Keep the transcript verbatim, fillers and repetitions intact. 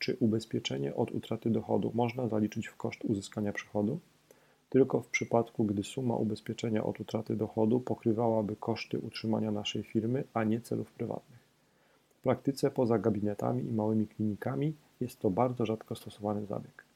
Czy ubezpieczenie od utraty dochodu można zaliczyć w koszt uzyskania przychodu? Tylko w przypadku, gdy suma ubezpieczenia od utraty dochodu pokrywałaby koszty utrzymania naszej firmy, a nie celów prywatnych. W praktyce poza gabinetami i małymi klinikami jest to bardzo rzadko stosowany zabieg.